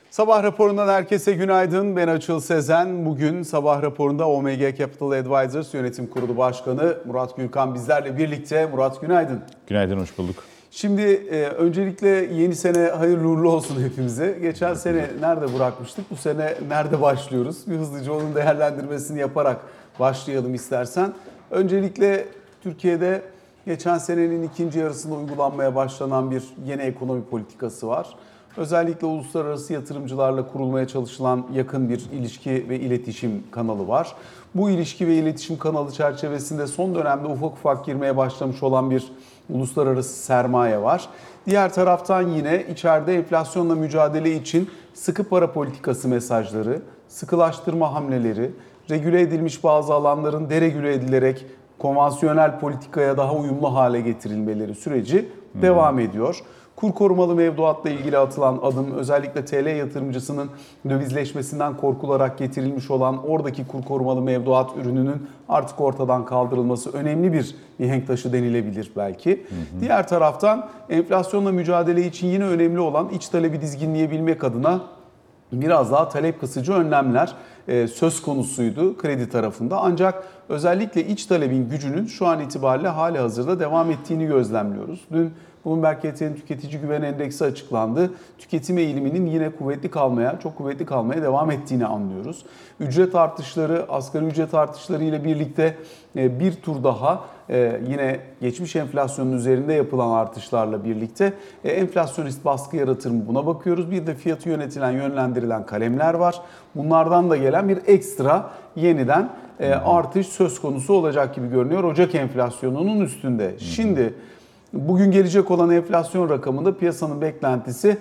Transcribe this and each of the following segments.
Sabah raporundan herkese günaydın. Ben Açıl Sezen. Bugün sabah raporunda OMG Capital Advisors Yönetim Kurulu Başkanı Murat Gürkan bizlerle birlikte. Murat günaydın. Günaydın, hoş bulduk. Şimdi öncelikle yeni sene hayırlı uğurlu olsun hepimize. Geçen sene nerede bırakmıştık? Bu sene nerede başlıyoruz? Bir hızlıca onun değerlendirmesini yaparak başlayalım istersen. Öncelikle Türkiye'de geçen senenin ikinci yarısında uygulanmaya başlanan bir yeni ekonomi politikası var. Özellikle uluslararası yatırımcılarla kurulmaya çalışılan yakın bir ilişki ve iletişim kanalı var. Bu ilişki ve iletişim kanalı çerçevesinde son dönemde ufak ufak girmeye başlamış olan bir uluslararası sermaye var. Diğer taraftan yine içeride enflasyonla mücadele için sıkı para politikası mesajları, sıkılaştırma hamleleri, regüle edilmiş bazı alanların deregüle edilerek konvansiyonel politikaya daha uyumlu hale getirilmeleri süreci devam ediyor. Kur korumalı mevduatla ilgili atılan adım özellikle TL yatırımcısının dövizleşmesinden korkularak getirilmiş olan oradaki kur korumalı mevduat ürününün artık ortadan kaldırılması önemli bir mihenk taşı denilebilir belki. Diğer taraftan enflasyonla mücadele için yine önemli olan iç talebi dizginleyebilmek adına biraz daha talep kısıcı önlemler söz konusuydu kredi tarafında. Ancak özellikle iç talebin gücünün şu an itibariyle halihazırda devam ettiğini gözlemliyoruz. Dün Bloomberg KT'nin tüketici güven endeksi açıklandı. Tüketim eğiliminin yine çok kuvvetli kalmaya devam ettiğini anlıyoruz. Ücret artışları, asgari ücret artışları ile birlikte bir tur daha yine geçmiş enflasyonun üzerinde yapılan artışlarla birlikte enflasyonist baskı yaratır mı buna bakıyoruz. Bir de fiyatı yönlendirilen kalemler var. Bunlardan da gelen bir ekstra yeniden artış söz konusu olacak gibi görünüyor. Ocak enflasyonunun üstünde. Şimdi bugün gelecek olan enflasyon rakamında piyasanın beklentisi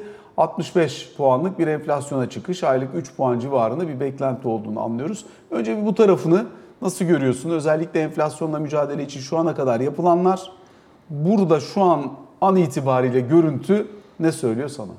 65 puanlık bir enflasyona çıkış. Aylık 3 puan civarında bir beklenti olduğunu anlıyoruz. Önce bir bu tarafını nasıl görüyorsun? Özellikle enflasyonla mücadele için şu ana kadar yapılanlar. Burada şu an itibariyle görüntü ne söylüyor sana?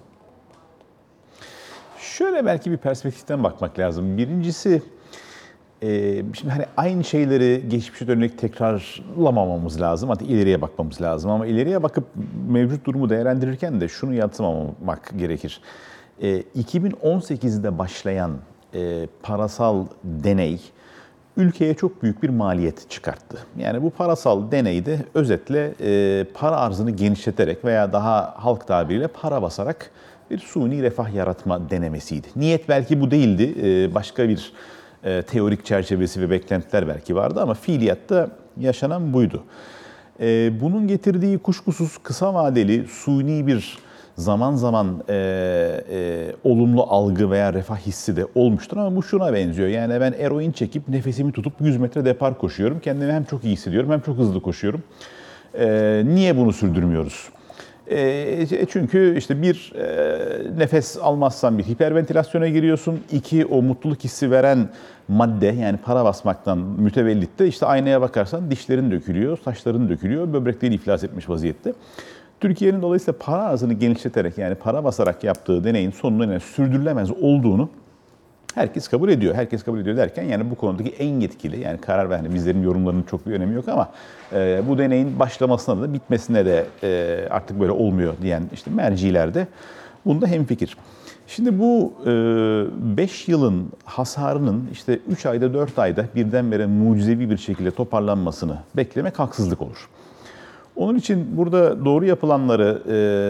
Şöyle belki bir perspektiften bakmak lazım. Birincisi, şimdi hani aynı şeyleri geçmişe dönük tekrarlamamamız lazım. Hatta ileriye bakmamız lazım. Ama ileriye bakıp mevcut durumu değerlendirirken de şunu yadsımamak gerekir. 2018'de başlayan parasal deney ülkeye çok büyük bir maliyet çıkarttı. Yani bu parasal deneyde özetle para arzını genişleterek veya daha halk tabiriyle para basarak bir suni refah yaratma denemesiydi. Niyet belki bu değildi. Başka bir teorik çerçevesi ve beklentiler belki vardı ama fiiliyatta yaşanan buydu. Bunun getirdiği kuşkusuz kısa vadeli suni bir zaman zaman olumlu algı veya refah hissi de olmuştur ama bu şuna benziyor. Yani ben eroin çekip nefesimi tutup 100 metre depar koşuyorum. Kendimi hem çok iyi hissediyorum hem çok hızlı koşuyorum. Niye bunu sürdürmüyoruz? Çünkü işte bir, nefes almazsan bir hiperventilasyona giriyorsun. İki, o mutluluk hissi veren madde yani para basmaktan mütevellit de işte aynaya bakarsan dişlerin dökülüyor, saçların dökülüyor, böbrekleri iflas etmiş vaziyette. Türkiye'nin dolayısıyla para arzını genişleterek yani para basarak yaptığı deneyin sonunun yani sürdürülemez olduğunu herkes kabul ediyor. Herkes kabul ediyor derken yani bu konudaki en yetkili yani karar veren bizlerin yorumlarının çok bir önemi yok ama bu deneyin başlamasına da bitmesine de artık böyle olmuyor diyen işte merciler de bunda hemfikir. Şimdi bu 5 yılın hasarının işte 3 ayda 4 ayda birdenbire mucizevi bir şekilde toparlanmasını beklemek haksızlık olur. Onun için burada doğru yapılanları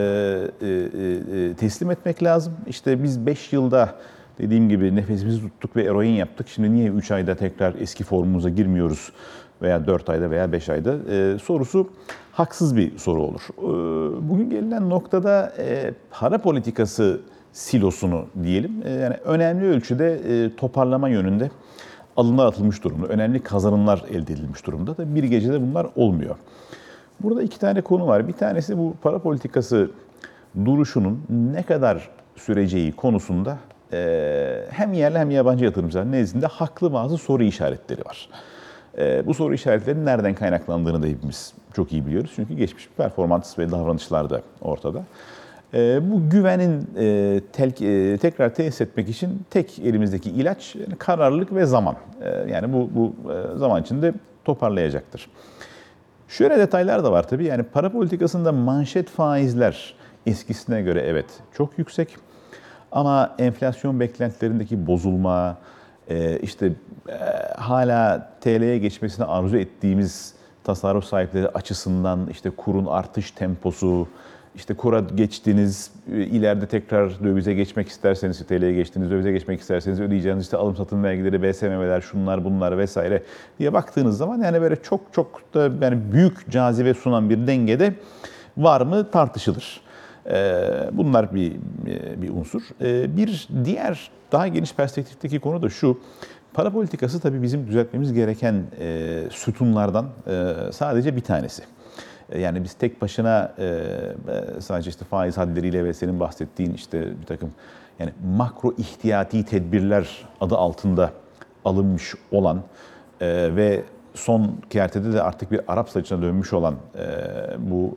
teslim etmek lazım. İşte biz 5 yılda dediğim gibi nefesimizi tuttuk ve eroin yaptık. Şimdi niye 3 ayda tekrar eski formumuza girmiyoruz veya 4 ayda veya 5 ayda sorusu haksız bir soru olur. Bugün gelinen noktada para politikası silosunu diyelim yani önemli ölçüde toparlama yönünde adımlar atılmış durumda. Önemli kazanımlar elde edilmiş durumda da bir gecede bunlar olmuyor. Burada iki tane konu var. Bir tanesi bu para politikası duruşunun ne kadar süreceği konusunda hem yerli hem yabancı yatırımcılar nezdinde haklı bazı soru işaretleri var. Bu soru işaretlerinin nereden kaynaklandığını da hepimiz çok iyi biliyoruz. Çünkü geçmiş performans ve davranışlar da ortada. Bu güvenin tekrar tesis etmek için tek elimizdeki ilaç kararlılık ve zaman. Yani bu zaman içinde toparlayacaktır. Şöyle detaylar da var tabii. Yani para politikasında manşet faizler eskisine göre evet çok yüksek. Ama enflasyon beklentilerindeki bozulma, işte hala TL'ye geçmesini arzu ettiğimiz tasarruf sahipleri açısından işte kurun artış temposu, işte kura geçtiniz, ileride tekrar dövize geçmek isterseniz, TL'ye geçtiniz, dövize geçmek isterseniz ödeyeceğiniz işte alım satım vergileri, BSMV'ler, şunlar bunlar vesaire diye baktığınız zaman yani böyle çok çok da yani büyük cazibe sunan bir dengede var mı tartışılır. Bunlar bir unsur. Bir diğer daha geniş perspektifteki konu da şu. Para politikası tabii bizim düzeltmemiz gereken sütunlardan sadece bir tanesi. Yani biz tek başına sadece işte faiz haddleriyle ve senin bahsettiğin işte bir takım yani makro ihtiyati tedbirler adı altında alınmış olan ve son kertede de artık bir Arap saçına dönmüş olan bu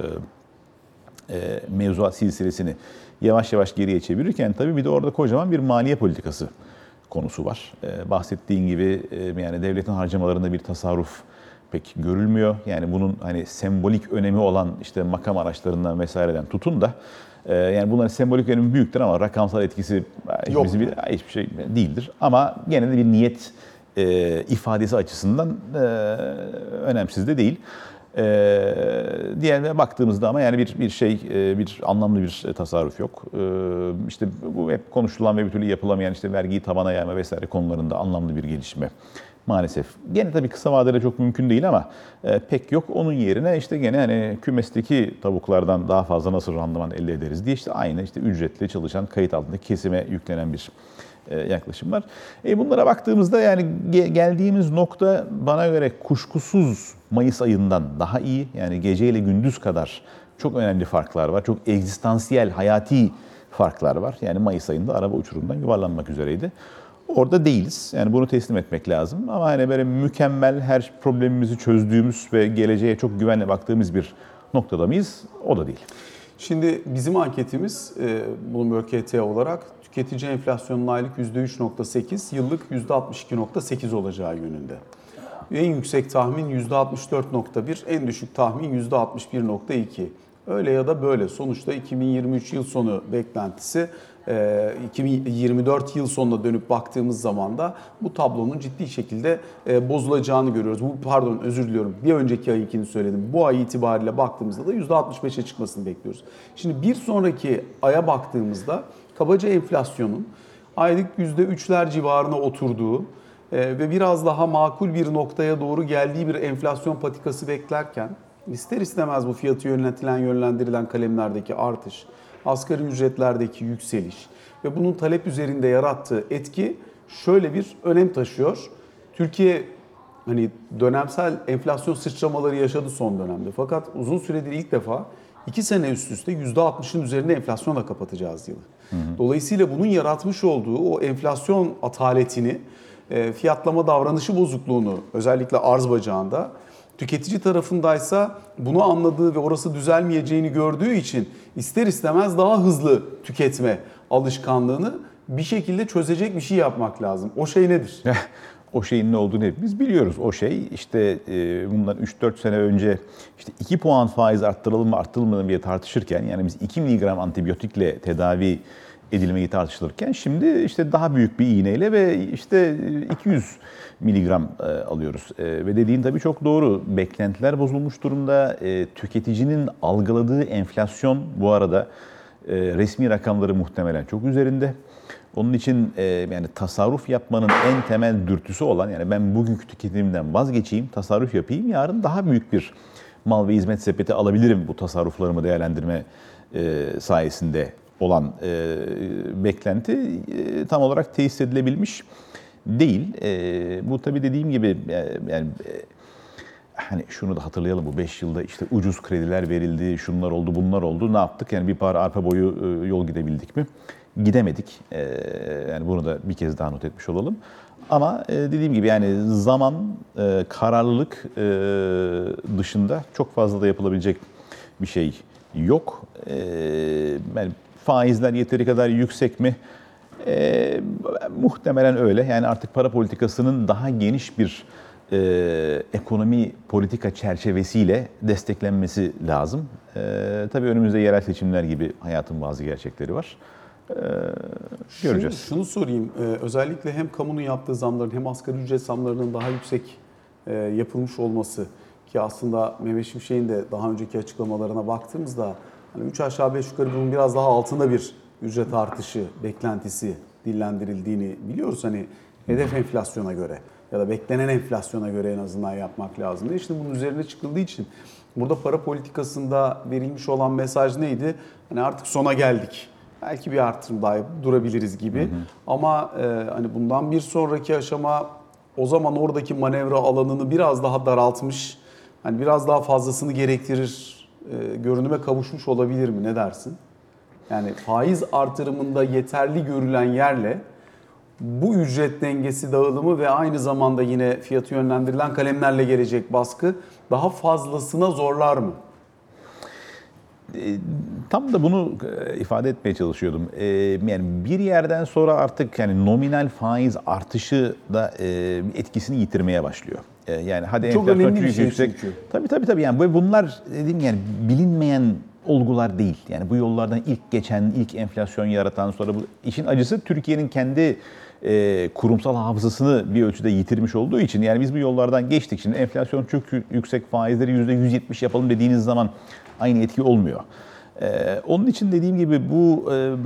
mevzuat silsilesini yavaş yavaş geriye çevirirken tabii bir de orada kocaman bir maliye politikası konusu var. Bahsettiğin gibi yani devletin harcamalarında bir tasarruf pek görülmüyor. Yani bunun hani sembolik önemi olan işte makam araçlarından vesaireden tutun da yani bunların sembolik önemi büyüktür ama rakamsal etkisi hiçbir şey değildir. Ama gene de bir niyet ifadesi açısından önemsiz de değil. Diğerine baktığımızda ama yani bir anlamlı bir tasarruf yok. İşte bu hep konuşulan ve bir türlü yapılamayan işte vergiyi tabana yayma vesaire konularında anlamlı bir gelişme maalesef. Gene tabii kısa vadede çok mümkün değil ama pek yok. Onun yerine işte gene hani kümesteki tavuklardan daha fazla nasıl randıman elde ederiz diye işte aynı işte ücretli çalışan kayıt altındaki kesime yüklenen bir yaklaşım var. Bunlara baktığımızda yani geldiğimiz nokta bana göre kuşkusuz Mayıs ayından daha iyi. Yani gece ile gündüz kadar çok önemli farklar var. Çok egzistansiyel, hayati farklar var. Yani Mayıs ayında araba uçurumdan yuvarlanmak üzereydi. Orada değiliz. Yani bunu teslim etmek lazım. Ama hani böyle mükemmel her problemimizi çözdüğümüz ve geleceğe çok güvenle baktığımız bir noktada mıyız? O da değil. Şimdi bizim anketimiz Bloomberg KT olarak tüketici enflasyonunun aylık %3.8, yıllık %62.8 olacağı yönünde. En yüksek tahmin %64.1, en düşük tahmin %61.2. Öyle ya da böyle. Sonuçta 2023 yıl sonu beklentisi 2024 yıl sonuna dönüp baktığımız zaman da bu tablonun ciddi şekilde bozulacağını görüyoruz. Özür diliyorum. Bir önceki ayınkini söyledim. Bu ay itibariyle baktığımızda da %65'e çıkmasını bekliyoruz. Şimdi bir sonraki aya baktığımızda kabaca enflasyonun aylık %3'ler civarına oturduğu ve biraz daha makul bir noktaya doğru geldiği bir enflasyon patikası beklerken ister istemez bu fiyatı yönlendirilen kalemlerdeki artış, asgari ücretlerdeki yükseliş ve bunun talep üzerinde yarattığı etki şöyle bir önem taşıyor. Türkiye hani dönemsel enflasyon sıçramaları yaşadı son dönemde. Fakat uzun süredir ilk defa 2 sene üst üste %60'ın üzerinde enflasyonla kapatacağız yılı. Dolayısıyla bunun yaratmış olduğu o enflasyon ataletini, fiyatlama davranışı bozukluğunu özellikle arz bacağında tüketici tarafındaysa bunu anladığı ve orası düzelmeyeceğini gördüğü için ister istemez daha hızlı tüketme alışkanlığını bir şekilde çözecek bir şey yapmak lazım. O şey nedir? O şeyin ne olduğunu hepimiz biliyoruz. O şey işte bundan 3-4 sene önce işte 2 puan faiz arttıralım mı arttırılmalı mı diye tartışırken yani biz 2 miligram antibiyotikle tedavi edilmeyi tartışılırken şimdi işte daha büyük bir iğneyle ve işte 200 miligram alıyoruz. Ve dediğin tabii çok doğru. Beklentiler bozulmuş durumda. Tüketicinin algıladığı enflasyon bu arada resmi rakamları muhtemelen çok üzerinde. Onun için yani tasarruf yapmanın en temel dürtüsü olan yani ben bugünkü tüketimimden vazgeçeyim, tasarruf yapayım, yarın daha büyük bir mal ve hizmet sepeti alabilirim bu tasarruflarımı değerlendirme sayesinde olan beklenti tam olarak tesis edilebilmiş değil. Bu tabii dediğim gibi yani hani şunu da hatırlayalım, bu 5 yılda işte ucuz krediler verildi, şunlar oldu, bunlar oldu. Ne yaptık? Yani bir para arpa boyu yol gidebildik mi? Gidemedik. Yani bunu da bir kez daha not etmiş olalım. Ama dediğim gibi yani zaman, kararlılık dışında çok fazla da yapılabilecek bir şey yok. Yani faizler yeteri kadar yüksek mi? Muhtemelen öyle. Yani artık para politikasının daha geniş bir ekonomi politika çerçevesiyle desteklenmesi lazım. Tabii önümüzde yerel seçimler gibi hayatın bazı gerçekleri var. göreceğiz. Şunu sorayım. Özellikle hem kamunun yaptığı zamların hem asgari ücret zamlarının daha yüksek yapılmış olması ki aslında Mehmet Şimşek'in de daha önceki açıklamalarına baktığımızda hani 3 aşağı 5 yukarı bunun biraz daha altında bir ücret artışı beklentisi dillendirildiğini biliyoruz. Hani hedef enflasyona göre ya da beklenen enflasyona göre en azından yapmak lazım diye. İşte bunun üzerine çıkıldığı için burada para politikasında verilmiş olan mesaj neydi? Hani artık sona geldik. Belki bir artırım daha yapıp durabiliriz gibi. Ama hani bundan bir sonraki aşama o zaman oradaki manevra alanını biraz daha daraltmış, hani biraz daha fazlasını gerektirir görünüme kavuşmuş olabilir mi? Ne dersin? Yani faiz artırımında yeterli görülen yerle bu ücret dengesi dağılımı ve aynı zamanda yine fiyatı yönlendirilen kalemlerle gelecek baskı daha fazlasına zorlar mı? Tam da bunu ifade etmeye çalışıyordum. Yani bir yerden sonra artık yani nominal faiz artışı da etkisini yitirmeye başlıyor. Yani hadi Çok enflasyon önemli bir şey yüksek. çünkü. Tabii yani bunlar dediğim yani bilinmeyen olgular değil. Yani bu yollardan ilk enflasyon yaratan sonra bu işin acısı Türkiye'nin kendi kurumsal hafızasını bir ölçüde yitirmiş olduğu için yani biz bu yollardan geçtik. Şimdi enflasyon çok yüksek, faizleri %170 yapalım dediğiniz zaman aynı etki olmuyor. Onun için dediğim gibi bu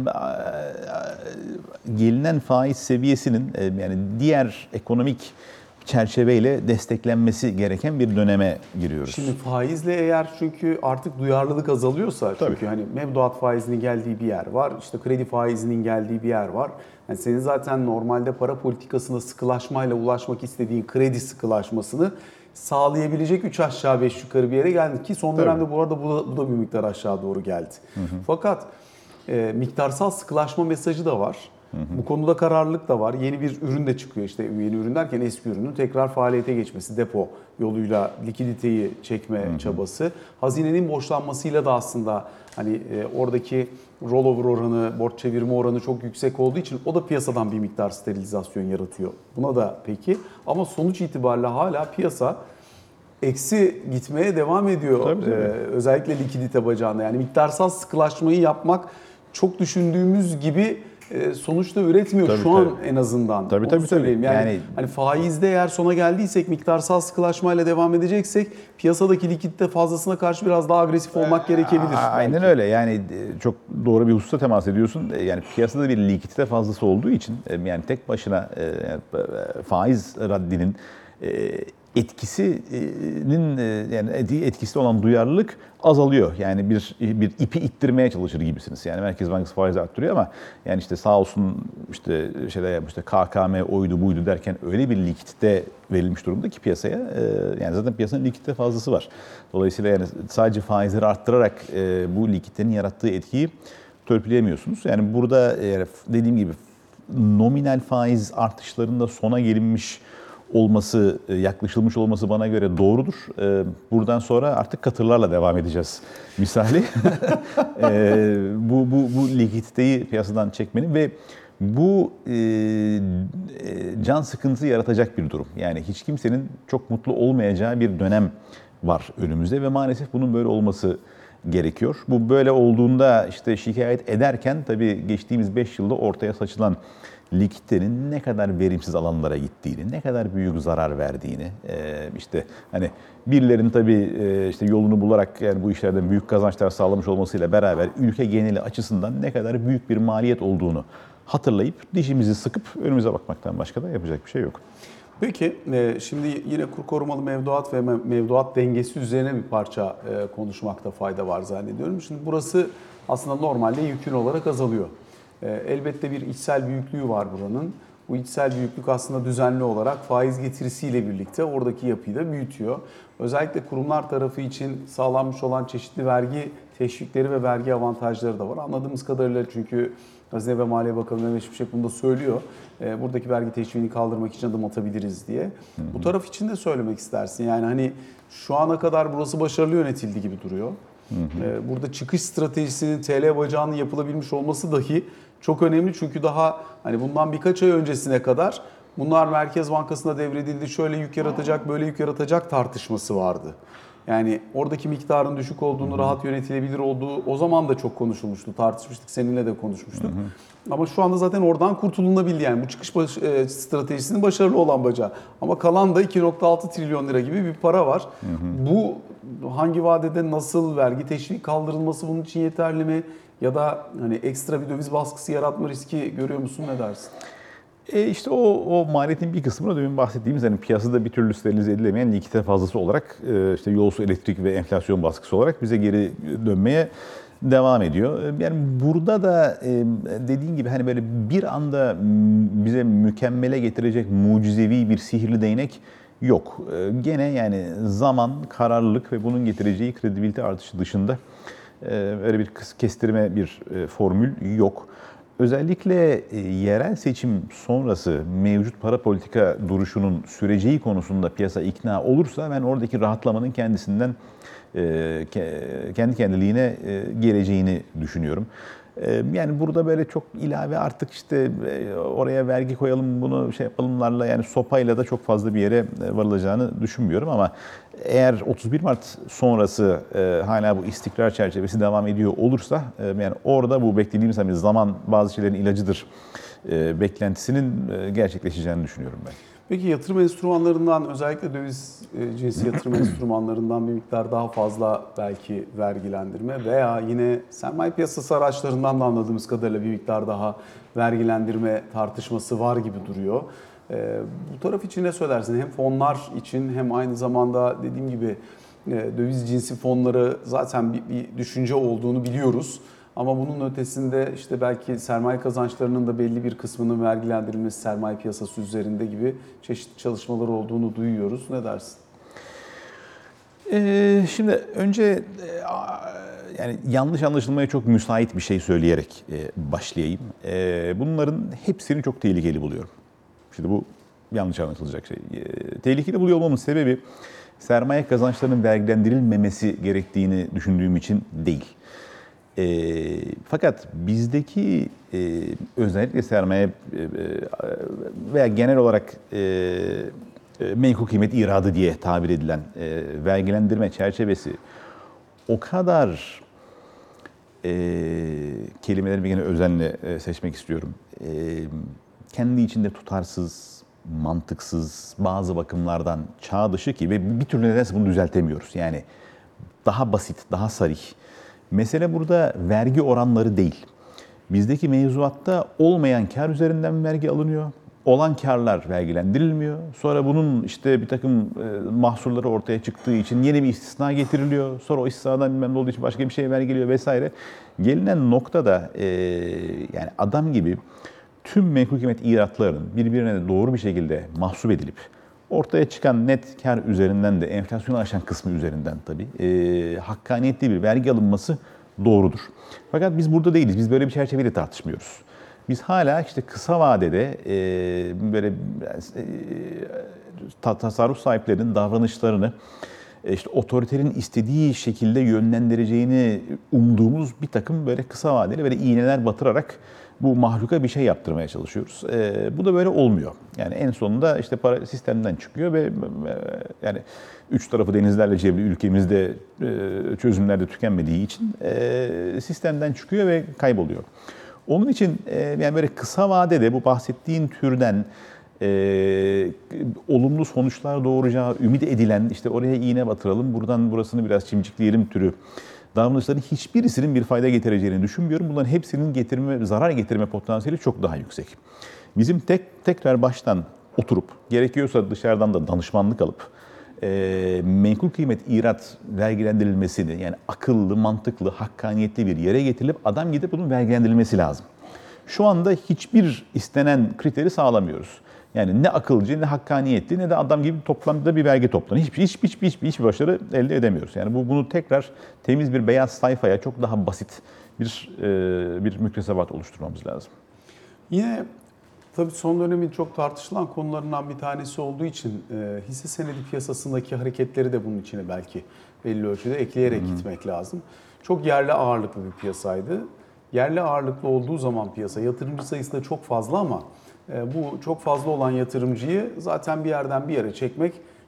gelinen faiz seviyesinin yani diğer ekonomik çerçeveyle desteklenmesi gereken bir döneme giriyoruz. Şimdi faizle eğer çünkü artık duyarlılık azalıyorsa çünkü hani mevduat faizinin geldiği bir yer var, işte kredi faizinin geldiği bir yer var. Yani senin zaten normalde para politikasında sıkılaşmayla ulaşmak istediğin kredi sıkılaşmasını sağlayabilecek 3 aşağı 5 yukarı bir yere geldik ki son dönemde bu arada bu da bir miktar aşağı doğru geldi. Fakat miktarsal sıkılaşma mesajı da var. Bu konuda kararlılık da var. Yeni bir ürün de çıkıyor. İşte yeni ürün derken eski ürünün tekrar faaliyete geçmesi, depo yoluyla likiditeyi çekme çabası. Hazinenin borçlanmasıyla da aslında hani oradaki rollover oranı, borç çevirme oranı çok yüksek olduğu için o da piyasadan bir miktar sterilizasyon yaratıyor. Buna da peki. Ama sonuç itibariyle hala piyasa eksi gitmeye devam ediyor. Tabii. Özellikle likidite bacağında. Yani miktarsal sıkılaşmayı yapmak çok düşündüğümüz gibi sonuçta üretmiyor şu an en azından. Tabii. Söyleyeyim. Yani hani faizde eğer sona geldiysek, miktarsal sıkılaşmayla devam edeceksek piyasadaki likidite fazlasına karşı biraz daha agresif olmak gerekebilir. Aynen belki. öyle. Yani çok doğru bir hususa temas ediyorsun. Yani piyasada bir likidite fazlası olduğu için yani tek başına faiz raddinin etkisinin yani etkisi olan duyarlılık azalıyor. Yani bir ipi ittirmeye çalışır gibisiniz. Yani Merkez Bankası faizi arttırıyor ama yani işte sağ olsun işte işte KKM oydu buydu derken öyle bir likidite verilmiş durumda ki piyasaya yani zaten piyasanın likidite fazlası var. Dolayısıyla yani sadece faizleri arttırarak bu likiditenin yarattığı etkiyi törpüleyemiyorsunuz. Yani burada dediğim gibi nominal faiz artışlarında sona gelinmiş olması, yaklaşılmış olması bana göre doğrudur. Buradan sonra artık katırlarla devam edeceğiz misali. Bu likiditeyi piyasadan çekmenin ve bu can sıkıntısı yaratacak bir durum. Yani hiç kimsenin çok mutlu olmayacağı bir dönem var önümüzde ve maalesef bunun böyle olması gerekiyor. Bu böyle olduğunda işte şikayet ederken tabii geçtiğimiz 5 yılda ortaya saçılan likiditenin ne kadar verimsiz alanlara gittiğini, ne kadar büyük zarar verdiğini, işte hani birilerinin tabii işte yolunu bularak yani bu işlerden büyük kazançlar sağlamış olmasıyla beraber ülke geneli açısından ne kadar büyük bir maliyet olduğunu hatırlayıp dişimizi sıkıp önümüze bakmaktan başka da yapacak bir şey yok. Peki şimdi yine kur korumalı mevduat ve mevduat dengesi üzerine bir parça konuşmakta fayda var zannediyorum. Şimdi burası aslında normalde yükün olarak azalıyor. Elbette bir içsel büyüklüğü var buranın. Bu içsel büyüklük aslında düzenli olarak faiz getirisiyle birlikte oradaki yapıyı da büyütüyor. Özellikle kurumlar tarafı için sağlanmış olan çeşitli vergi teşvikleri ve vergi avantajları da var. Anladığımız kadarıyla çünkü Hazine ve Maliye Bakanı Mehmet Şimşek bunu da söylüyor. Buradaki vergi teşviğini kaldırmak için adım atabiliriz diye. Bu taraf için de söylemek istersin. Yani hani şu ana kadar burası başarılı yönetildi gibi duruyor. Burada çıkış stratejisinin TL bacağının yapılabilmiş olması dahi çok önemli. Çünkü daha hani bundan birkaç ay öncesine kadar bunlar Merkez Bankası'na devredildi. Şöyle yük yaratacak, böyle yük yaratacak tartışması vardı. Yani oradaki miktarın düşük olduğunu, rahat yönetilebilir olduğu o zaman da çok konuşulmuştu. Tartışmıştık, seninle de konuşmuştuk. Ama şu anda zaten oradan kurtulunabildi. Yani bu çıkış stratejisinin başarılı olan bacağı. Ama kalan da 2,6 trilyon lira gibi bir para var. Bu hangi vadede nasıl, vergi teşvik kaldırılması bunun için yeterli mi? Ya da hani ekstra bir döviz baskısı yaratma riski görüyor musun, ne dersin? İşte o maliyetin bir kısmını demin bahsettiğimiz hani piyasada bir türlü sterilize edilemeyen likidite fazlası olarak işte yolsuz elektrik ve enflasyon baskısı olarak bize geri dönmeye devam ediyor. Yani burada da dediğin gibi hani böyle bir anda bize mükemmele getirecek mucizevi bir sihirli değnek yok. Gene yani zaman, kararlılık ve bunun getireceği kredibilite artışı dışında öyle bir kestirme bir formül yok. Özellikle yerel seçim sonrası mevcut para politika duruşunun süreceği konusunda piyasa ikna olursa ben oradaki rahatlamanın kendisinden kendi kendiliğine geleceğini düşünüyorum. Yani burada böyle çok ilave artık işte oraya vergi koyalım bunu şey yapalımlarla yani sopayla da çok fazla bir yere varılacağını düşünmüyorum ama eğer 31 Mart sonrası hala bu istikrar çerçevesi devam ediyor olursa yani orada bu beklediğimiz hani zaman bazı şeylerin ilacıdır beklentisinin gerçekleşeceğini düşünüyorum ben. Peki yatırım enstrümanlarından, özellikle döviz cinsi yatırım enstrümanlarından bir miktar daha fazla belki vergilendirme veya yine sermaye piyasası araçlarından da anladığımız kadarıyla bir miktar daha vergilendirme tartışması var gibi duruyor. Bu taraf için ne söylersin? Hem fonlar için hem aynı zamanda dediğim gibi döviz cinsi fonları zaten bir düşünce olduğunu biliyoruz. Ama bunun ötesinde işte belki sermaye kazançlarının da belli bir kısmının vergilendirilmesi sermaye piyasası üzerinde gibi çeşitli çalışmalar olduğunu duyuyoruz. Ne dersin? Şimdi önce yani yanlış anlaşılmaya çok müsait bir şey söyleyerek başlayayım. Bunların hepsini çok tehlikeli buluyorum. Şimdi bu yanlış anlaşılacak şey. Tehlikeli buluyor olmamın sebebi sermaye kazançlarının vergilendirilmemesi gerektiğini düşündüğüm için değil. Fakat bizdeki özellikle sermaye veya genel olarak menkul kıymet iradı diye tabir edilen vergilendirme çerçevesi o kadar kelimelerimi yine özenle seçmek istiyorum. Kendi içinde tutarsız, mantıksız, bazı bakımlardan çağ dışı ki ve bir türlü nedense bunu düzeltemiyoruz. Yani daha basit, daha sarih. Mesele burada vergi oranları değil. Bizdeki mevzuatta olmayan kar üzerinden vergi alınıyor. Olan karlar vergilendirilmiyor. Sonra bunun işte bir takım mahsurları ortaya çıktığı için yeni bir istisna getiriliyor. Sonra o istisnadan bilmem ne olduğu için başka bir şey vergiliyor vesaire. Gelinen noktada yani adam gibi tüm menkul kıymet iratlarının birbirine de doğru bir şekilde mahsup edilip ortaya çıkan net kar üzerinden de enflasyonu aşan kısmı üzerinden tabii hakkaniyetli bir vergi alınması doğrudur. Fakat biz burada değiliz. Biz böyle bir çerçeveyle tartışmıyoruz. Biz hala işte kısa vadede böyle tasarruf sahiplerinin davranışlarını işte otoritenin istediği şekilde yönlendireceğini umduğumuz bir takım böyle kısa vadeli böyle iğneler batırarak bu mahluka bir şey yaptırmaya çalışıyoruz. Bu da böyle olmuyor. Yani en sonunda işte para sistemden çıkıyor ve yani üç tarafı denizlerle çevrili ülkemizde çözümler de tükenmediği için sistemden çıkıyor ve kayboluyor. Onun için yani böyle kısa vadede bu bahsettiğin türden olumlu sonuçlar doğuracağı ümit edilen işte oraya iğne batıralım, buradan burasını biraz çimcikleyelim türü davranışların hiçbirisinin bir fayda getireceğini düşünmüyorum. Bunların hepsinin zarar getirme potansiyeli çok daha yüksek. Bizim tekrar baştan oturup gerekiyorsa dışarıdan da danışmanlık alıp menkul kıymet irat vergilendirilmesini yani akıllı, mantıklı, hakkaniyetli bir yere getirilip adam gidip bunun vergilendirilmesi lazım. Şu anda hiçbir istenen kriteri sağlamıyoruz. Yani ne akılcı, ne hakkaniyetli, ne de adam gibi toplamda bir vergi toplanır. Hiçbir başarı elde edemiyoruz. Yani bunu tekrar temiz bir beyaz sayfaya çok daha basit bir müktesebat oluşturmamız lazım. Yine tabii son dönemin çok tartışılan konularından bir tanesi olduğu için hisse senedi piyasasındaki hareketleri de bunun içine belki belli ölçüde ekleyerek gitmek lazım. Çok yerli ağırlıklı bir piyasaydı. Yerli ağırlıklı olduğu zaman piyasa, yatırımcı sayısı da çok fazla ama bu çok fazla olan yatırımcıyı zaten bir yerden bir yere çekmek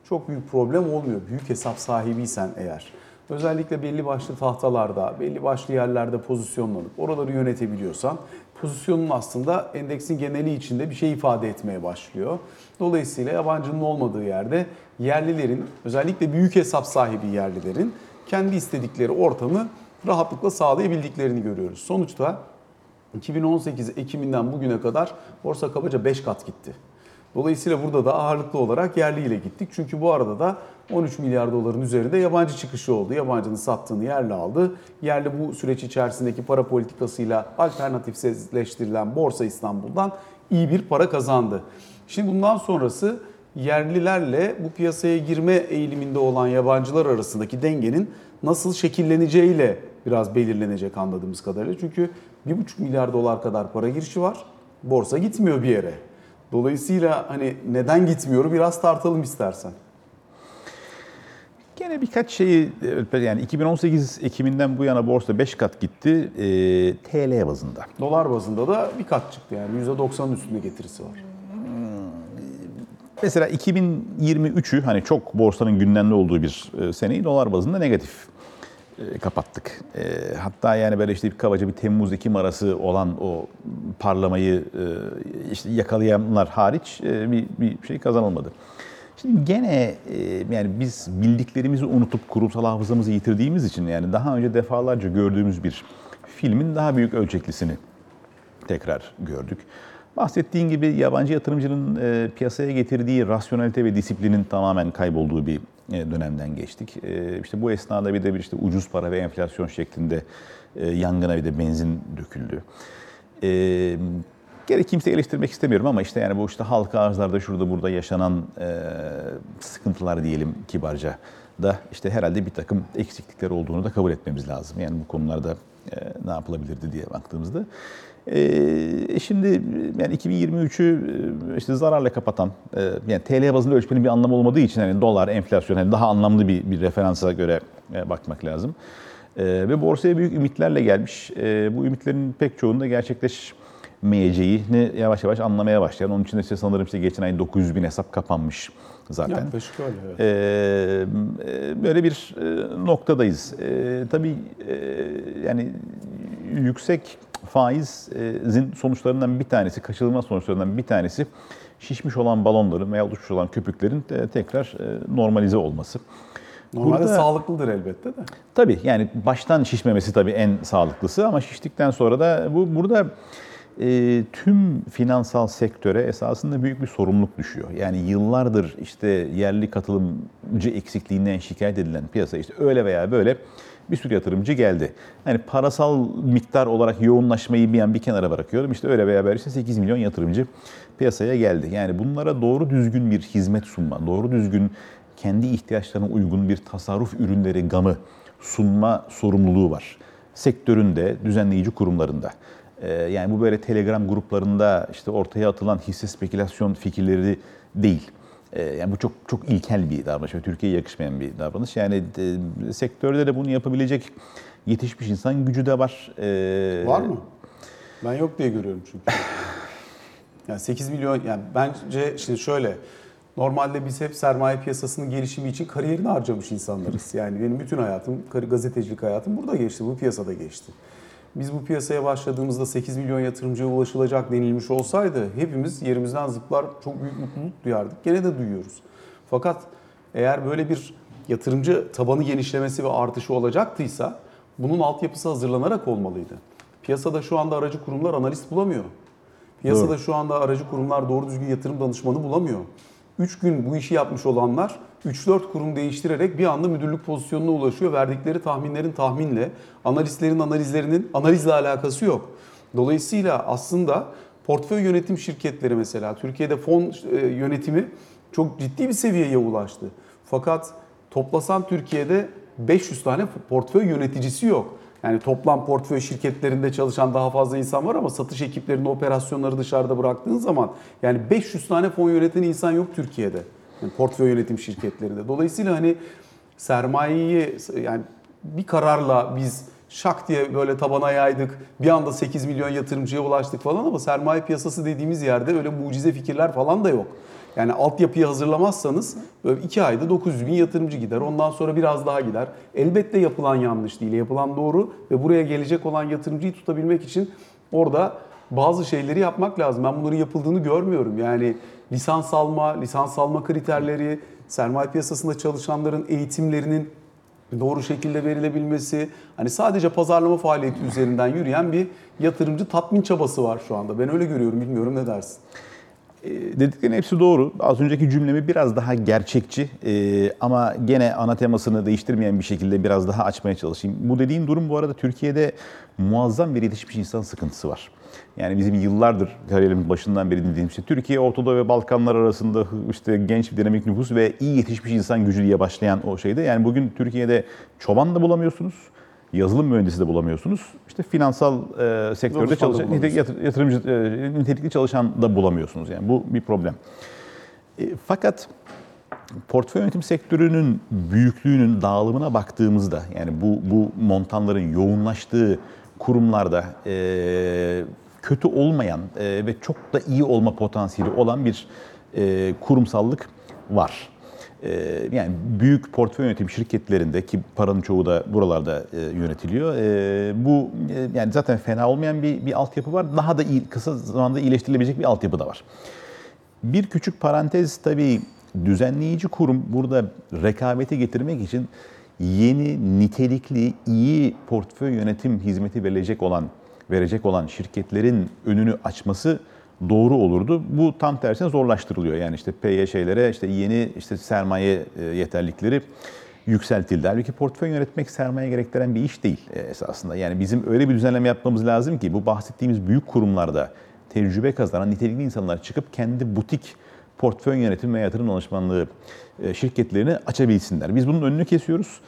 çok büyük problem olmuyor. Büyük hesap sahibiysen eğer. Özellikle belli başlı tahtalarda, belli başlı yerlerde pozisyonlanıp oraları yönetebiliyorsan pozisyonun aslında endeksin geneli içinde bir şey ifade etmeye başlıyor. Dolayısıyla yabancının olmadığı yerde yerlilerin, özellikle büyük hesap sahibi yerlilerin kendi istedikleri ortamı rahatlıkla sağlayabildiklerini görüyoruz. Sonuçta 2018 Ekim'inden bugüne kadar borsa kabaca 5 kat gitti. Dolayısıyla burada da ağırlıklı olarak yerliyle gittik. Çünkü bu arada da 13 milyar doların üzerinde yabancı çıkışı oldu. Yabancının sattığını yerli aldı. Yerli bu süreç içerisindeki para politikasıyla alternatifsizleştirilen Borsa İstanbul'dan iyi bir para kazandı. Şimdi bundan sonrası yerlilerle bu piyasaya girme eğiliminde olan yabancılar arasındaki dengenin nasıl şekilleneceğiyle biraz belirlenecek anladığımız kadarıyla. Çünkü 1,5 milyar dolar kadar para girişi var. Borsa gitmiyor bir yere. Dolayısıyla hani neden gitmiyor biraz tartalım istersen. Gene birkaç şeyi, yani 2018 Ekim'inden bu yana borsa 5 kat gitti TL bazında. Dolar bazında da bir kat çıktı yani %90'ın üstünde getirisi var. Mesela 2023'ü hani çok borsanın gündemde olduğu bir seneyi dolar bazında negatif kapattık. Hatta yani böyle işte kabaca bir Temmuz-Ekim arası olan o parlamayı işte yakalayanlar hariç bir şey kazanılmadı. Şimdi gene yani biz bildiklerimizi unutup kurumsal hafızamızı yitirdiğimiz için yani daha önce defalarca gördüğümüz bir filmin daha büyük ölçeklisini tekrar gördük. Bahsettiğin gibi yabancı yatırımcının piyasaya getirdiği rasyonelite ve disiplinin tamamen kaybolduğu bir dönemden geçtik. İşte bu esnada bir de işte ucuz para ve enflasyon şeklinde yangına bir de benzin döküldü. Gerek kimseyi eleştirmek istemiyorum ama işte yani bu işte halka arzlarda şurada burada yaşanan sıkıntılar diyelim kibarca da işte herhalde bir takım eksiklikler olduğunu da kabul etmemiz lazım. Yani bu konularda ne yapılabilirdi diye baktığımızda. Şimdi yani 2023'ü işte zararla kapatan, yani TL bazında ölçmenin bir anlamı olmadığı için yani dolar, enflasyon yani daha anlamlı bir referansa göre bakmak lazım. Ve borsaya büyük ümitlerle gelmiş. Bu ümitlerin pek çoğunda gerçekleşmeyeceğini yavaş yavaş anlamaya başlayan. Onun için de işte sanırım işte geçen ay 900 bin hesap kapanmış zaten. Yaklaşık öyle, evet. Böyle bir noktadayız. Tabii yani yüksek faizin sonuçlarından bir tanesi, kaçınılmaz sonuçlarından bir tanesi şişmiş olan balonların veya oluşmuş olan köpüklerin tekrar normalize olması. Normalde Burada, sağlıklıdır elbette de. Tabii yani baştan şişmemesi tabii en sağlıklısı ama şiştikten sonra da burada tüm finansal sektöre esasında büyük bir sorumluluk düşüyor. Yani yıllardır işte yerli katılımcı eksikliğinden şikayet edilen piyasa işte öyle veya böyle bir sürü yatırımcı geldi. Yani parasal miktar olarak yoğunlaşmayı bir kenara bırakıyorum. İşte öyle veya böyle işte 8 milyon yatırımcı piyasaya geldi. Yani bunlara doğru düzgün bir hizmet sunma, doğru düzgün kendi ihtiyaçlarına uygun bir tasarruf ürünleri gamı sunma sorumluluğu var. Sektörün de, düzenleyici kurumlarında. Yani bu böyle Telegram gruplarında işte ortaya atılan hisse spekülasyon fikirleri değil. Yani bu çok çok ilkel bir davranış ve Türkiye'ye yakışmayan bir davranış. Yani sektörde de bunu yapabilecek yetişmiş insan gücü de var. Var mı? Ben yok diye görüyorum çünkü. Yani 8 milyon, yani bence şimdi şöyle, normalde biz hep sermaye piyasasının gelişimi için kariyerini harcamış insanlarız. Yani benim bütün hayatım, gazetecilik hayatım burada geçti, bu piyasada geçti. Biz bu piyasaya başladığımızda 8 milyon yatırımcıya ulaşılacak denilmiş olsaydı hepimiz yerimizden zıplar, çok büyük mutluluk duyardık. Gene de duyuyoruz. Fakat eğer böyle bir yatırımcı tabanı genişlemesi ve artışı olacaktıysa bunun altyapısı hazırlanarak olmalıydı. Piyasada şu anda aracı kurumlar analist bulamıyor. Piyasada Doğru. şu anda aracı kurumlar doğru düzgün yatırım danışmanı bulamıyor. 3 gün bu işi yapmış olanlar 3-4 kurum değiştirerek bir anda müdürlük pozisyonuna ulaşıyor. Verdikleri tahminlerin tahminle, analistlerin analizlerinin analizle alakası yok. Dolayısıyla aslında portföy yönetim şirketleri mesela Türkiye'de fon yönetimi çok ciddi bir seviyeye ulaştı. Fakat toplasan Türkiye'de 500 tane portföy yöneticisi yok. Yani toplam portföy şirketlerinde çalışan daha fazla insan var ama satış ekiplerinde operasyonları dışarıda bıraktığın zaman yani 500 tane fon yöneten insan yok Türkiye'de. Yani portföy yönetim şirketlerinde. Dolayısıyla hani sermayeyi yani bir kararla biz şak diye böyle tabana yaydık. Bir anda 8 milyon yatırımcıya ulaştık falan ama sermaye piyasası dediğimiz yerde öyle mucize fikirler falan da yok. Yani altyapıyı hazırlamazsanız böyle 2 ayda 900 bin yatırımcı gider. Ondan sonra biraz daha gider. Elbette yapılan yanlış değil, yapılan doğru ve buraya gelecek olan yatırımcıyı tutabilmek için orada bazı şeyleri yapmak lazım. Ben bunların yapıldığını görmüyorum. Yani lisans alma kriterleri, sermaye piyasasında çalışanların eğitimlerinin doğru şekilde verilebilmesi, hani sadece pazarlama faaliyeti üzerinden yürüyen bir yatırımcı tatmin çabası var şu anda. Ben öyle görüyorum, bilmiyorum ne dersin? Dediklerin hepsi doğru. Az önceki cümlemi biraz daha gerçekçi ama gene ana temasını değiştirmeyen bir şekilde biraz daha açmaya çalışayım. Bu dediğin durum bu arada Türkiye'de muazzam bir yetişmiş insan sıkıntısı var. Yani bizim yıllardır kariyerimin başından beri dinlediğim şey Türkiye, Orta Doğu ve Balkanlar arasında işte genç bir dinamik nüfus ve iyi yetişmiş insan gücü diye başlayan o şeyde. Yani bugün Türkiye'de çoban da bulamıyorsunuz. Yazılım mühendisi de bulamıyorsunuz. İşte finansal sektörde çalışan, yatırımcı, nitelikli çalışan da bulamıyorsunuz. Yani bu bir problem. Fakat portföy yönetim sektörünün büyüklüğünün dağılımına baktığımızda, yani bu montanların yoğunlaştığı kurumlarda kötü olmayan ve çok da iyi olma potansiyeli olan bir kurumsallık var. Yani büyük portföy yönetim şirketlerinde ki paranın çoğu da buralarda yönetiliyor. Bu yani zaten fena olmayan bir altyapı var. Daha da iyi, kısa zamanda iyileştirilebilecek bir altyapı da var. Bir küçük parantez tabii, düzenleyici kurum burada rekabeti getirmek için yeni, nitelikli, iyi portföy yönetim hizmeti verecek olan şirketlerin önünü açması doğru olurdu. Bu tam tersine zorlaştırılıyor. Yani işte PYŞ'lere işte yeni işte sermaye yeterlilikleri yükseltildi. Halbuki portföy yönetmek sermaye gerektiren bir iş değil esasında. Yani bizim öyle bir düzenleme yapmamız lazım ki bu bahsettiğimiz büyük kurumlarda tecrübe kazanan nitelikli insanlar çıkıp kendi butik portföy yönetim ve yatırım danışmanlığı şirketlerini açabilsinler. Biz bunun önünü kesiyoruz.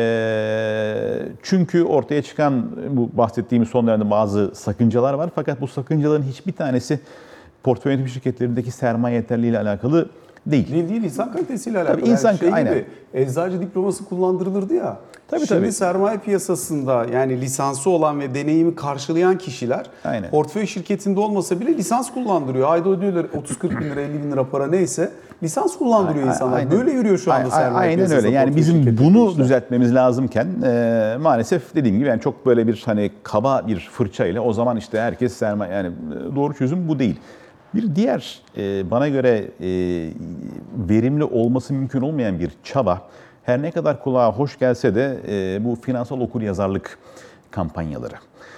Çünkü ortaya çıkan bu bahsettiğimiz son dönemde bazı sakıncalar var. Fakat bu sakıncaların hiçbir tanesi portföy yönetim şirketlerindeki sermaye yeterliliğiyle alakalı değil. Değil, insan kalitesiyle alakalı. Tabii insan, şey aynen. gibi eczacı diploması kullandırılırdı ya. Tabii, Şimdi tabii. sermaye piyasasında yani lisansı olan ve deneyimi karşılayan kişiler Aynen. portföy şirketinde olmasa bile lisans kullandırıyor. Ayda ödüyorlar 30-40 bin lira, 50 bin lira para neyse lisans kullandırıyor insanlar. Aynen. Böyle yürüyor şu anda sermaye Aynen piyasası. öyle. Yani portföy bizim şirketlerinde bunu işler. düzeltmemiz lazımken maalesef dediğim gibi yani çok böyle bir hani kaba bir fırçayla o zaman işte herkes sermaye, yani doğru çözüm bu değil. Bir diğer bana göre verimli olması mümkün olmayan bir çaba, her ne kadar kulağa hoş gelse de bu finansal okuryazarlık kampanyaları.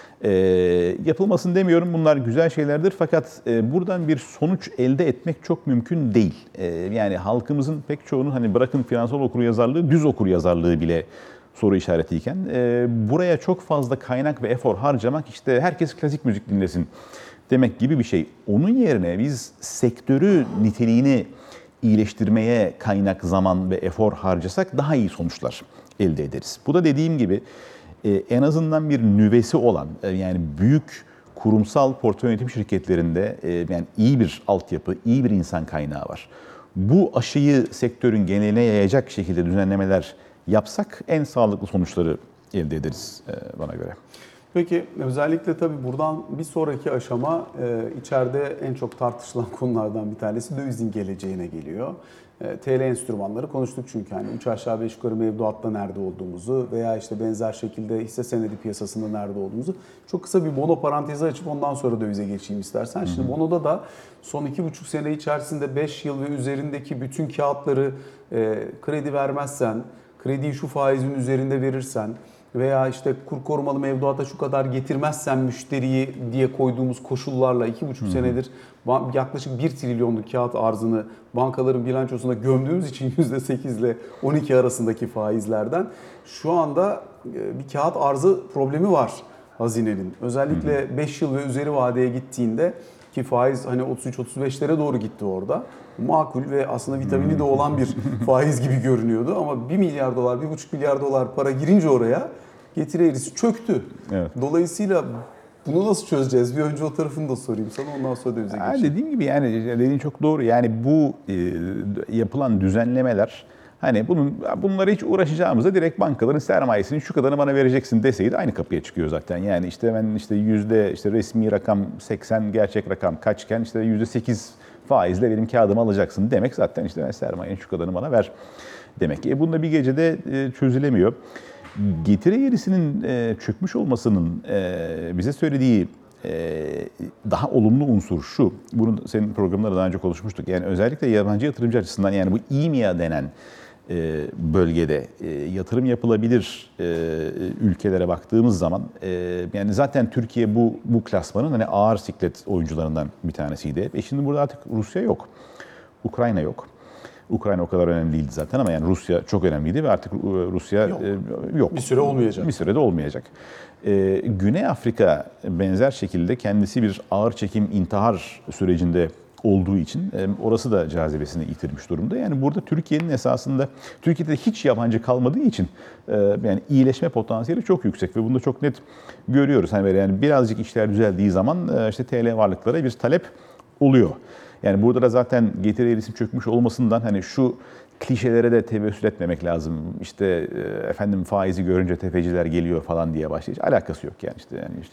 Yapılmasın demiyorum, bunlar güzel şeylerdir fakat buradan bir sonuç elde etmek çok mümkün değil. Yani halkımızın pek çoğunun hani bırakın finansal okuryazarlığı, düz okuryazarlığı bile soru işaretiyken buraya çok fazla kaynak ve efor harcamak, işte herkes klasik müzik dinlesin demek gibi bir şey. Onun yerine biz sektörü niteliğini iyileştirmeye kaynak, zaman ve efor harcasak daha iyi sonuçlar elde ederiz. Bu da dediğim gibi en azından bir nüvesi olan yani büyük kurumsal portföy yönetim şirketlerinde yani iyi bir altyapı, iyi bir insan kaynağı var. Bu aşıyı sektörün geneline yayacak şekilde düzenlemeler yapsak en sağlıklı sonuçları elde ederiz bana göre. Peki özellikle tabii buradan bir sonraki aşama içeride en çok tartışılan konulardan bir tanesi dövizin geleceğine geliyor. TL enstrümanları konuştuk çünkü hani 3 aşağı 5 yukarı mevduatta nerede olduğumuzu veya işte benzer şekilde hisse senedi piyasasında nerede olduğumuzu çok kısa bir bono parantezi açıp ondan sonra dövize geçeyim istersen. Şimdi bonoda da son 2,5 sene içerisinde 5 yıl ve üzerindeki bütün kağıtları kredi vermezsen, krediyi şu faizin üzerinde verirsen veya işte kur korumalı mevduata şu kadar getirmezsen müşteriyi diye koyduğumuz koşullarla 2,5 senedir yaklaşık 1 trilyonluk kağıt arzını bankaların bilançosuna gömdüğümüz için %8 ile 12 arasındaki faizlerden şu anda bir kağıt arzı problemi var hazinenin. Özellikle 5 yıl ve üzeri vadeye gittiğinde ki faiz hani 33-35'lere doğru gitti orada. Makul ve aslında vitamini de olan bir faiz gibi görünüyordu ama 1 milyar dolar, 1,5 milyar dolar para girince oraya getiri eğrisi çöktü. Evet. Dolayısıyla bunu nasıl çözeceğiz? Bir önce o tarafını da sorayım sana, ondan sonra dövize geçeyim. Dediğim gibi yani dediğin çok doğru. Yani bu yapılan düzenlemeler, hani bunları hiç uğraşacağımıza direkt bankaların sermayesinin şu kadarını bana vereceksin deseydi aynı kapıya çıkıyor zaten. Yani işte ben işte yüzde işte resmi rakam 80, gerçek rakam kaçken işte %8 faizle benim kağıdımı alacaksın demek zaten işte sermayenin şu kadarını bana ver demek. Bunda bir gecede çözülemiyor. Getiri eğrisinin çökmüş olmasının bize söylediği daha olumlu unsur şu. Bunu senin programında daha önce konuşmuştuk. Yani özellikle yabancı yatırımcı açısından yani bu EMEA denen bölgede yatırım yapılabilir ülkelere baktığımız zaman yani zaten Türkiye bu klasmanın hani ağır siklet oyuncularından bir tanesiydi. Şimdi burada artık Rusya yok. Ukrayna yok. Ukrayna o kadar önemli değildi zaten ama yani Rusya çok önemliydi ve artık Rusya yok. Bir süre olmayacak. Bir sürede olmayacak. Güney Afrika benzer şekilde kendisi bir ağır çekim intihar sürecinde olduğu için orası da cazibesini yitirmiş durumda. Yani burada Türkiye'nin esasında, Türkiye'de hiç yabancı kalmadığı için yani iyileşme potansiyeli çok yüksek ve bunu da çok net görüyoruz. Hani böyle yani birazcık işler düzeldiği zaman işte TL varlıklara bir talep oluyor. Yani burada da zaten getiri eğrisi çökmüş olmasından hani şu klişelere de tevessül etmemek lazım. İşte efendim faizi görünce tefeciler geliyor falan diye başlayacak. Alakası yok yani işte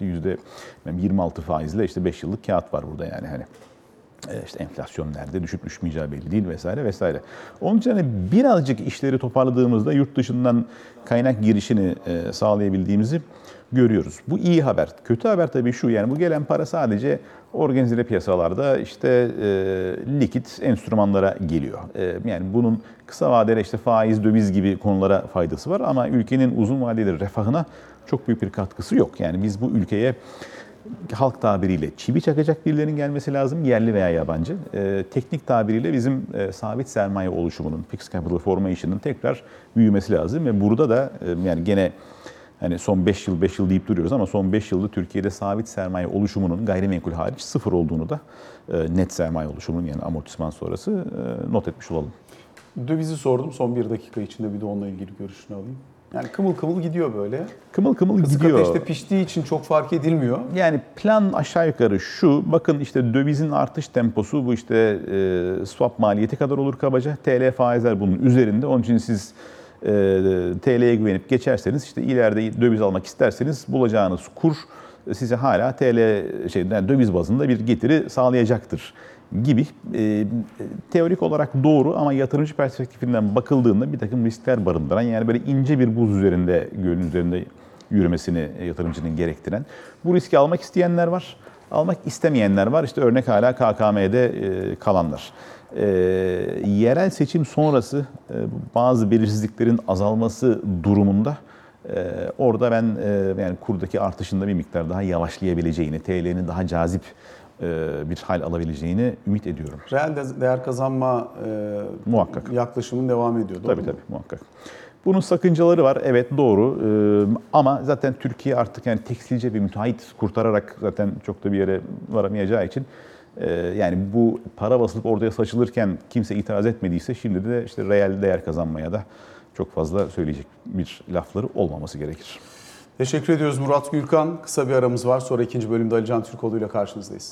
%26 faizle işte 5 yıllık kağıt var burada yani hani. İşte enflasyon nerede, düşüp düşmeyeceği belli değil vesaire vesaire. Onun için hani birazcık işleri toparladığımızda yurt dışından kaynak girişini sağlayabildiğimizi görüyoruz. Bu iyi haber. Kötü haber tabii şu, yani bu gelen para sadece organize piyasalarda işte likit enstrümanlara geliyor. Yani bunun kısa vadeli işte faiz, döviz gibi konulara faydası var ama ülkenin uzun vadeli refahına çok büyük bir katkısı yok. Yani biz bu ülkeye halk tabiriyle çivi çakacak birilerinin gelmesi lazım, yerli veya yabancı. Teknik tabiriyle bizim sabit sermaye oluşumunun, fixed capital formation'ın tekrar büyümesi lazım ve burada da yani gene hani son 5 yıl deyip duruyoruz ama son 5 yılda Türkiye'de sabit sermaye oluşumunun gayrimenkul hariç sıfır olduğunu da net sermaye oluşumunun yani amortisman sonrası not etmiş olalım. Dövizi sordum, son 1 dakika içinde bir de onunla ilgili görüşünü alayım. Yani kımıl kımıl gidiyor böyle. Kımıl kımıl Kısık gidiyor. ateşte piştiği için çok fark edilmiyor. Yani plan aşağı yukarı şu, bakın işte dövizin artış temposu bu işte swap maliyeti kadar olur kabaca. TL faizler bunun üzerinde. Onun için siz TL'ye güvenip geçerseniz işte ileride döviz almak isterseniz bulacağınız kur size hala yani döviz bazında bir getiri sağlayacaktır gibi teorik olarak doğru ama yatırımcı perspektifinden bakıldığında bir takım riskler barındıran yani böyle ince bir buz üzerinde, gölün üzerinde yürümesini yatırımcının gerektiren. Bu riski almak isteyenler var, almak istemeyenler var. İşte örnek hala KKM'de kalanlar. Yerel seçim sonrası bazı belirsizliklerin azalması durumunda orada ben yani kurdaki artışında bir miktar daha yavaşlayabileceğini, TL'nin daha cazip bir hal alabileceğini ümit ediyorum. Reel değer kazanma Muhakkak. yaklaşımın devam ediyor. Doğru Tabii muhakkak. Bunun sakıncaları var, evet doğru ama zaten Türkiye artık yani tekstilce bir müteahhit kurtararak zaten çok da bir yere varamayacağı için yani bu para basılıp ortaya saçılırken kimse itiraz etmediyse şimdi de işte reel değer kazanmaya da çok fazla söyleyecek bir lafları olmaması gerekir. Teşekkür ediyoruz Murat Gürkan. Kısa bir aramız var. Sonra ikinci bölümde Ali Can Türkoğlu ile karşınızdayız.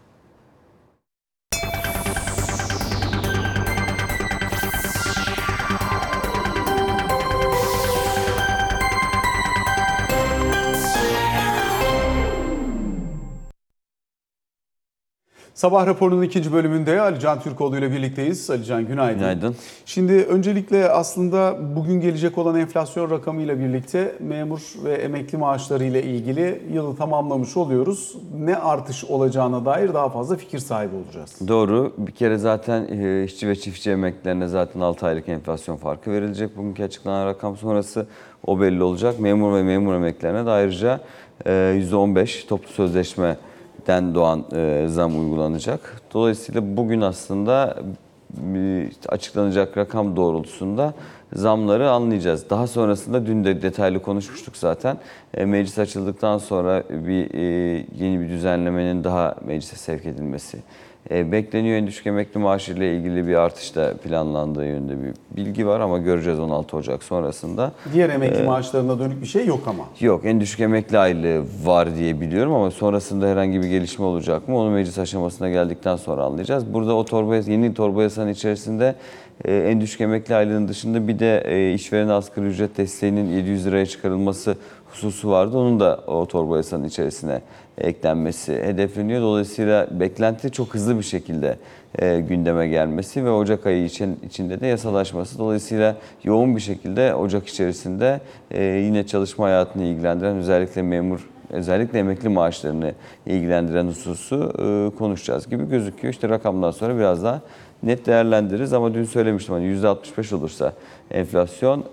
Sabah raporunun ikinci bölümünde Ali Can Türkoğlu ile birlikteyiz. Ali Can günaydın. Günaydın. Şimdi öncelikle aslında bugün gelecek olan enflasyon rakamıyla birlikte memur ve emekli maaşları ile ilgili yılı tamamlamış oluyoruz. Ne artış olacağına dair daha fazla fikir sahibi olacağız. Doğru. Bir kere zaten işçi ve çiftçi emeklilerine zaten 6 aylık enflasyon farkı verilecek. Bugünkü açıklanan rakam sonrası o belli olacak. Memur ve memur emeklilerine de ayrıca %15 toplu sözleşmeden doğan zam uygulanacak. Dolayısıyla bugün aslında açıklanacak rakam doğrultusunda zamları anlayacağız. Daha sonrasında dün de detaylı konuşmuştuk zaten. Meclis açıldıktan sonra yeni bir düzenlemenin daha meclise sevk edilmesi bekleniyor. En düşük emekli maaşı ile ilgili bir artış da planlandığı yönünde bir bilgi var ama göreceğiz 16 Ocak sonrasında. Diğer emekli maaşlarına dönük bir şey yok ama. Yok, en düşük emekli aylığı var diye biliyorum ama sonrasında herhangi bir gelişme olacak mı? Onu meclis aşamasına geldikten sonra anlayacağız. Burada o yeni torba yasanın içerisinde en düşük emekli aylığının dışında bir de işveren asgari ücret desteğinin 700 liraya çıkarılması hususu vardı. Onun da o torba yasanın içerisine eklenmesi hedefleniyor. Dolayısıyla beklenti çok hızlı bir şekilde gündeme gelmesi ve Ocak ayı içinde de yasalaşması. Dolayısıyla yoğun bir şekilde Ocak içerisinde yine çalışma hayatını ilgilendiren, özellikle emekli maaşlarını ilgilendiren hususu konuşacağız gibi gözüküyor. İşte rakamdan sonra biraz daha net değerlendiririz ama dün söylemiştim hani %65 olursa enflasyon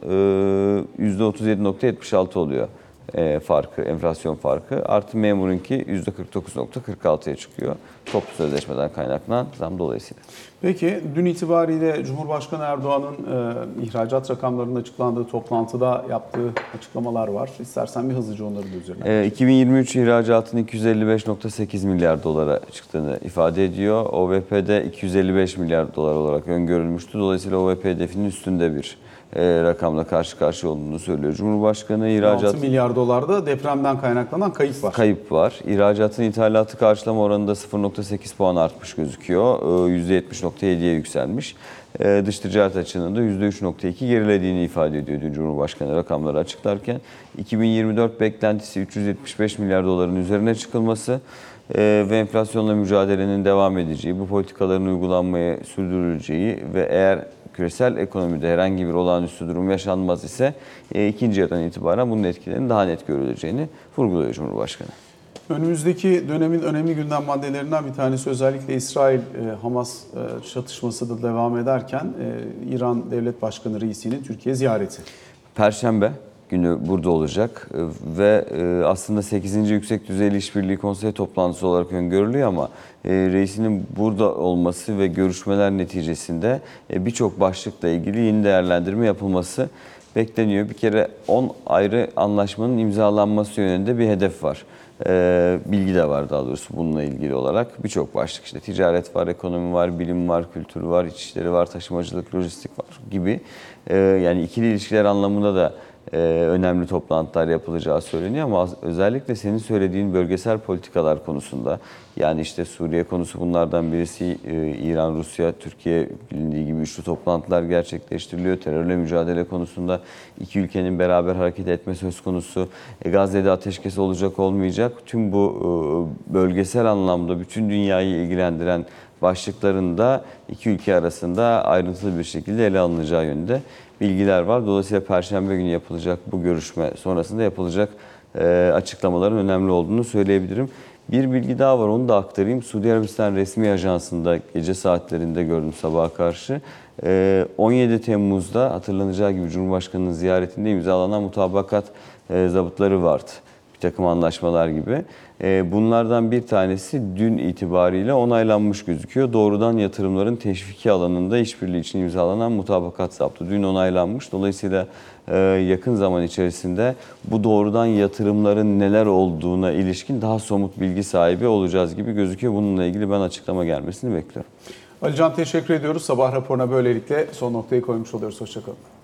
%37.76 oluyor enflasyon farkı. Artı memurunki %49.46'ya çıkıyor. Toplu sözleşmeden kaynaklanan zam dolayısıyla. Peki dün itibariyle Cumhurbaşkanı Erdoğan'ın ihracat rakamlarının açıklandığı toplantıda yaptığı açıklamalar var. İstersen bir hızlıca onları da üzerine. 2023 ihracatın 255.8 milyar dolara çıktığını ifade ediyor. OVP'de 255 milyar dolar olarak öngörülmüştü. Dolayısıyla OVP hedefinin üstünde bir rakamla karşı karşıya olduğunu söylüyor. Cumhurbaşkanı 6 milyar dolarda depremden kaynaklanan kayıp var. Kayıp var. İhracatın ithalatı karşılama oranında 0.8 puan artmış gözüküyor. %70.7'ye yükselmiş. Dış ticaret açığının da %3.2 gerilediğini ifade ediyor dün Cumhurbaşkanı rakamları açıklarken. 2024 beklentisi 375 milyar doların üzerine çıkılması ve enflasyonla mücadelenin devam edeceği, bu politikaların uygulanmaya sürdürüleceği ve eğer küresel ekonomide herhangi bir olağanüstü durum yaşanmaz ise ikinci yarıdan itibaren bunun etkilerinin daha net görüleceğini vurguluyor Cumhurbaşkanı. Önümüzdeki dönemin önemli gündem maddelerinden bir tanesi özellikle İsrail-Hamas çatışması da devam ederken İran Devlet Başkanı Reisi'nin Türkiye ziyareti. Perşembe günü burada olacak ve aslında 8. Yüksek Düzeyli İşbirliği Konseyi toplantısı olarak öngörülüyor ama reisinin burada olması ve görüşmeler neticesinde birçok başlıkla ilgili yeni değerlendirme yapılması bekleniyor. Bir kere 10 ayrı anlaşmanın imzalanması yönünde bir hedef var. Bilgi de var daha doğrusu bununla ilgili olarak. Birçok başlık işte ticaret var, ekonomi var, bilim var, kültür var, içişleri var, taşımacılık, lojistik var gibi. Yani ikili ilişkiler anlamında da önemli toplantılar yapılacağı söyleniyor ama özellikle senin söylediğin bölgesel politikalar konusunda yani işte Suriye konusu bunlardan birisi, İran, Rusya, Türkiye bilindiği gibi üçlü toplantılar gerçekleştiriliyor. Terörle mücadele konusunda iki ülkenin beraber hareket etme söz konusu. Gazze'de ateşkes olacak olmayacak. Tüm bu bölgesel anlamda bütün dünyayı ilgilendiren başlıkların da iki ülke arasında ayrıntılı bir şekilde ele alınacağı yönünde bilgiler var. Dolayısıyla Perşembe günü yapılacak bu görüşme sonrasında yapılacak açıklamaların önemli olduğunu söyleyebilirim. Bir bilgi daha var, onu da aktarayım. Suudi Arabistan resmi ajansında gece saatlerinde gördüm sabaha karşı. 17 Temmuz'da hatırlanacağı gibi Cumhurbaşkanı'nın ziyaretinde imzalanan mutabakat zabıtları vardı. Bir takım anlaşmalar gibi. Bunlardan bir tanesi dün itibariyle onaylanmış gözüküyor. Doğrudan yatırımların teşviki alanında işbirliği için imzalanan mutabakat zaptı dün onaylanmış. Dolayısıyla yakın zaman içerisinde bu doğrudan yatırımların neler olduğuna ilişkin daha somut bilgi sahibi olacağız gibi gözüküyor. Bununla ilgili ben açıklama gelmesini bekliyorum. Alican teşekkür ediyoruz. Sabah raporuna böylelikle son noktayı koymuş oluyoruz. Hoşçakalın.